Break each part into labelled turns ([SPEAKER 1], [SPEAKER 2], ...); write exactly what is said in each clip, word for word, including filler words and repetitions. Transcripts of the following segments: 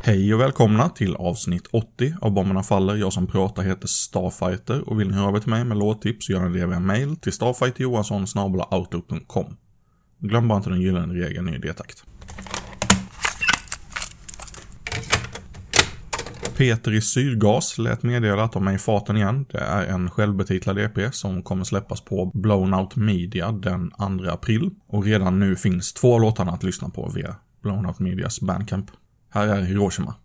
[SPEAKER 1] Hej och välkomna till avsnitt åttio av Bomberna Faller. Jag som pratar heter Starfighter och vill ni höra av er till mig med låttips så gör ni det via mail till starfighterjohansson snabel-a outlook punkt com. Glöm bara inte den gyllene regeln i D-takt. Peter i Syrgas lät meddela att de är i farten igen. Det är en självbetitlad E P som kommer släppas på Blown Out Media den andra april. Och redan nu finns två låtarna att lyssna på via Blown Out Medias Bandcamp. Här är Hiroshima.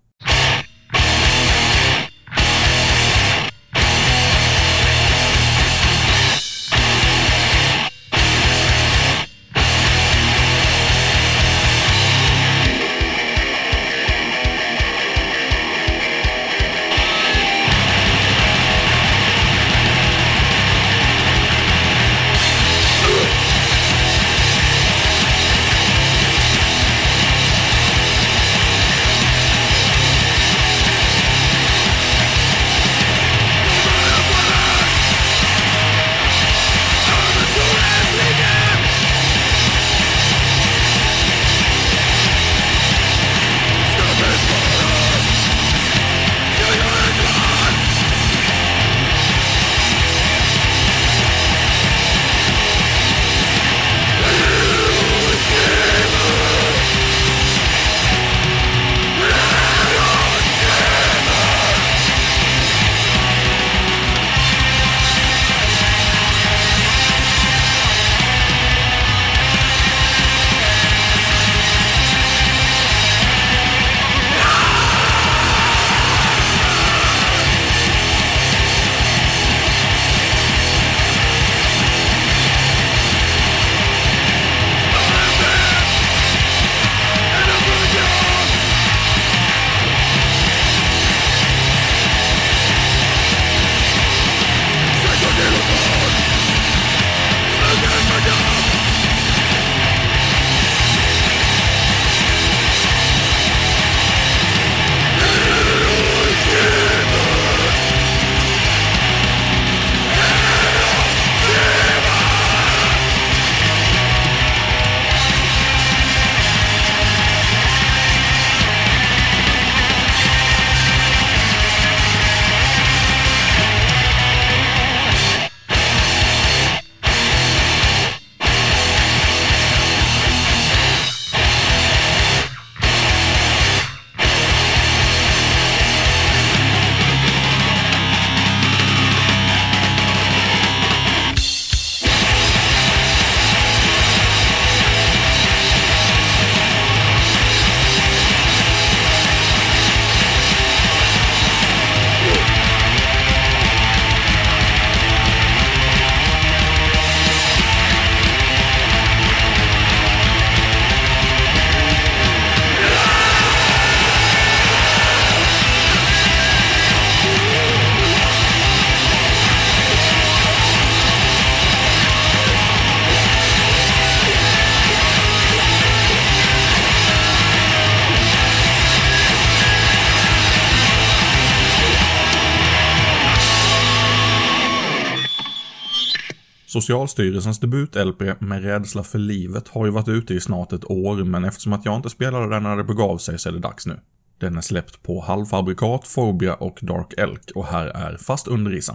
[SPEAKER 1] Socialstyrelsens debut-L P med Rädsla för livet har ju varit ute i snart ett år, men eftersom att jag inte spelade den när det begav sig så är det dags nu. Den är släppt på Halvfabrikat, Phobia och Dark Elk och här är Fast under isen.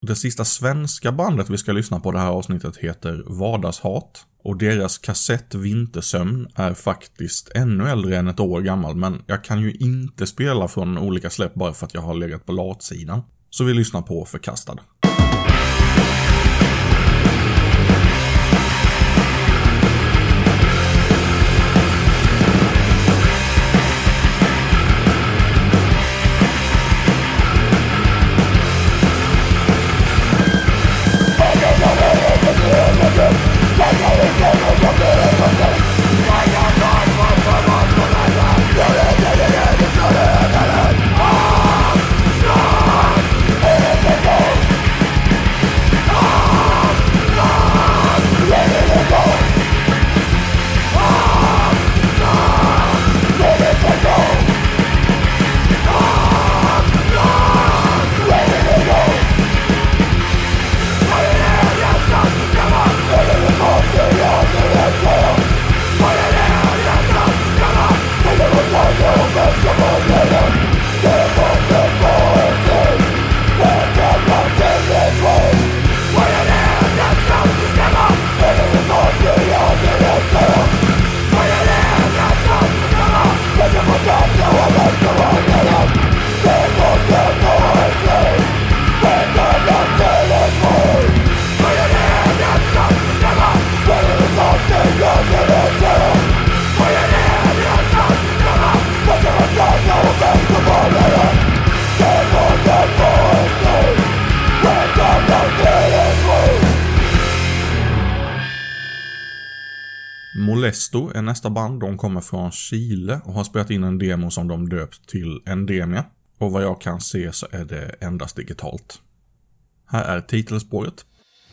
[SPEAKER 1] Det sista svenska bandet vi ska lyssna på det här avsnittet heter Vardagshat. Och deras kassett Vintersömn är faktiskt ännu äldre än ett år gammal. Men jag kan ju inte spela från olika släpp bara för att jag har legat på latsidan. Så vi lyssnar på Förkastad. Molesto är nästa band. De kommer från Chile och har spelat in en demo som de döpt till Endemia. Och vad jag kan se så är det endast digitalt. Här är titelspåret.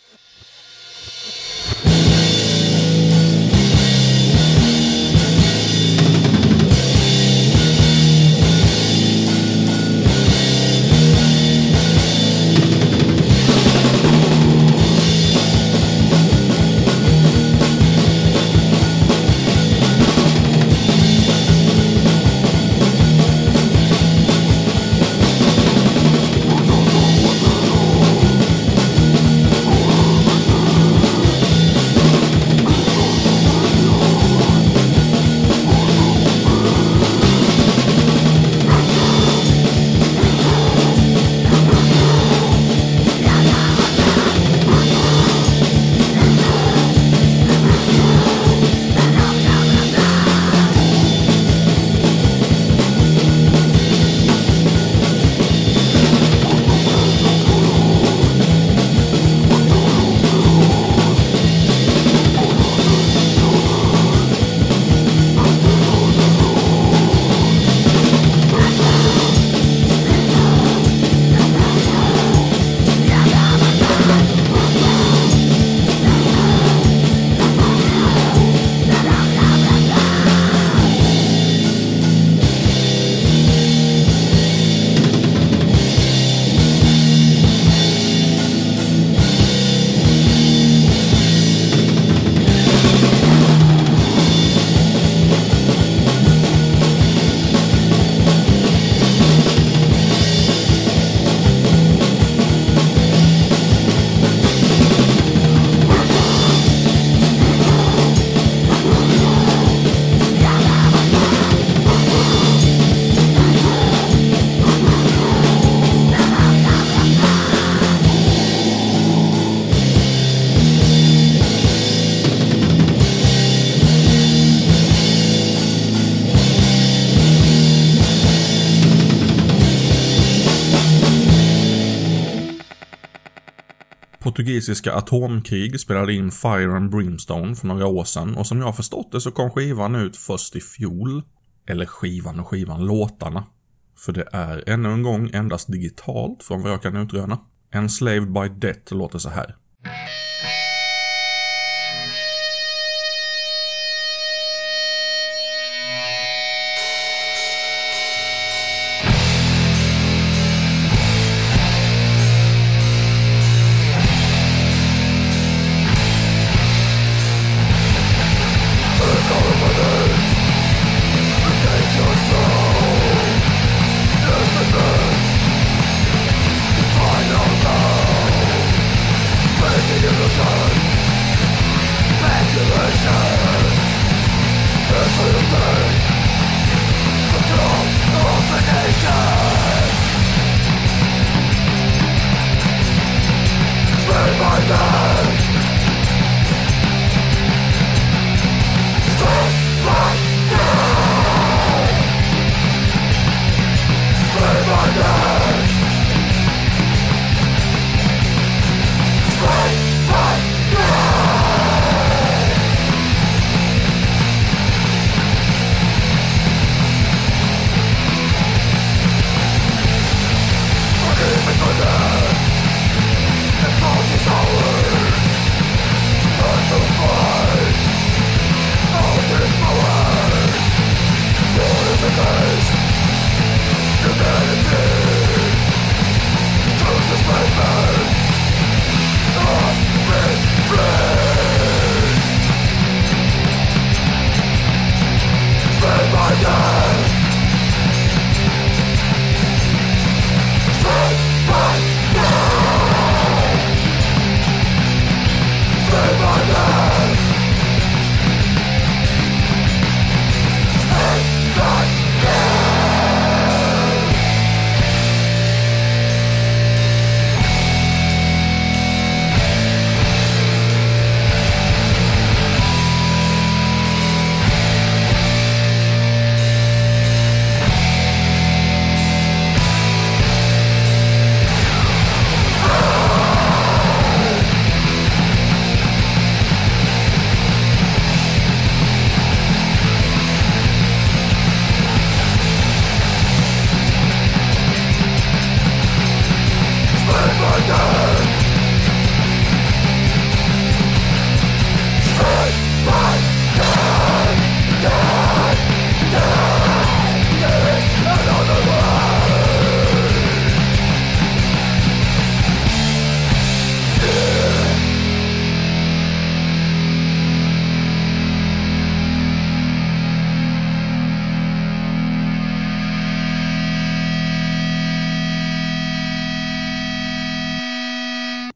[SPEAKER 1] Portugisiska Atomkrig spelade in Fire and Brimstone för några år sedan och som jag har förstått det så kom skivan ut först i fjol. Eller skivan och skivan, låtarna. För det är ännu en gång endast digitalt från vad jag kan utröna. Enslaved by Death låter så här.
[SPEAKER 2] Final love.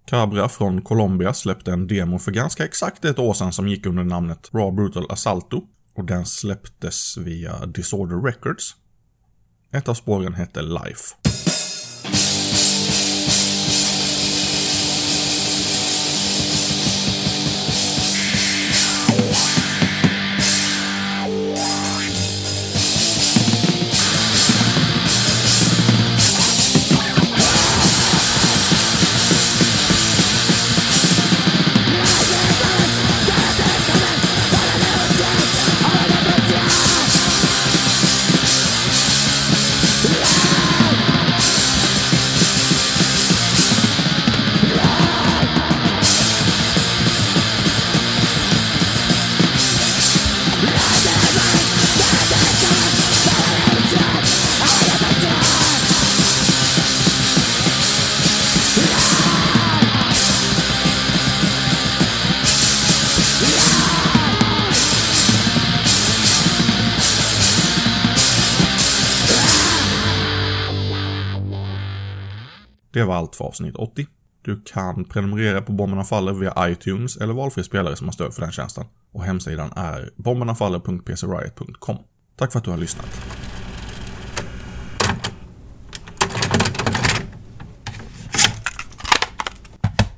[SPEAKER 1] Cabra från Colombia släppte en demo för ganska exakt ett år sedan som gick under namnet Raw Brutal Assalto, och den släpptes via Disorder Records. Ett av spåren hette Life. Det var allt för avsnitt åttio. Du kan prenumerera på Bomberna Faller via iTunes eller valfri spelare som har stöd för den tjänsten. Och hemsidan är bombernafaller punkt p c riot punkt com. Tack för att du har lyssnat.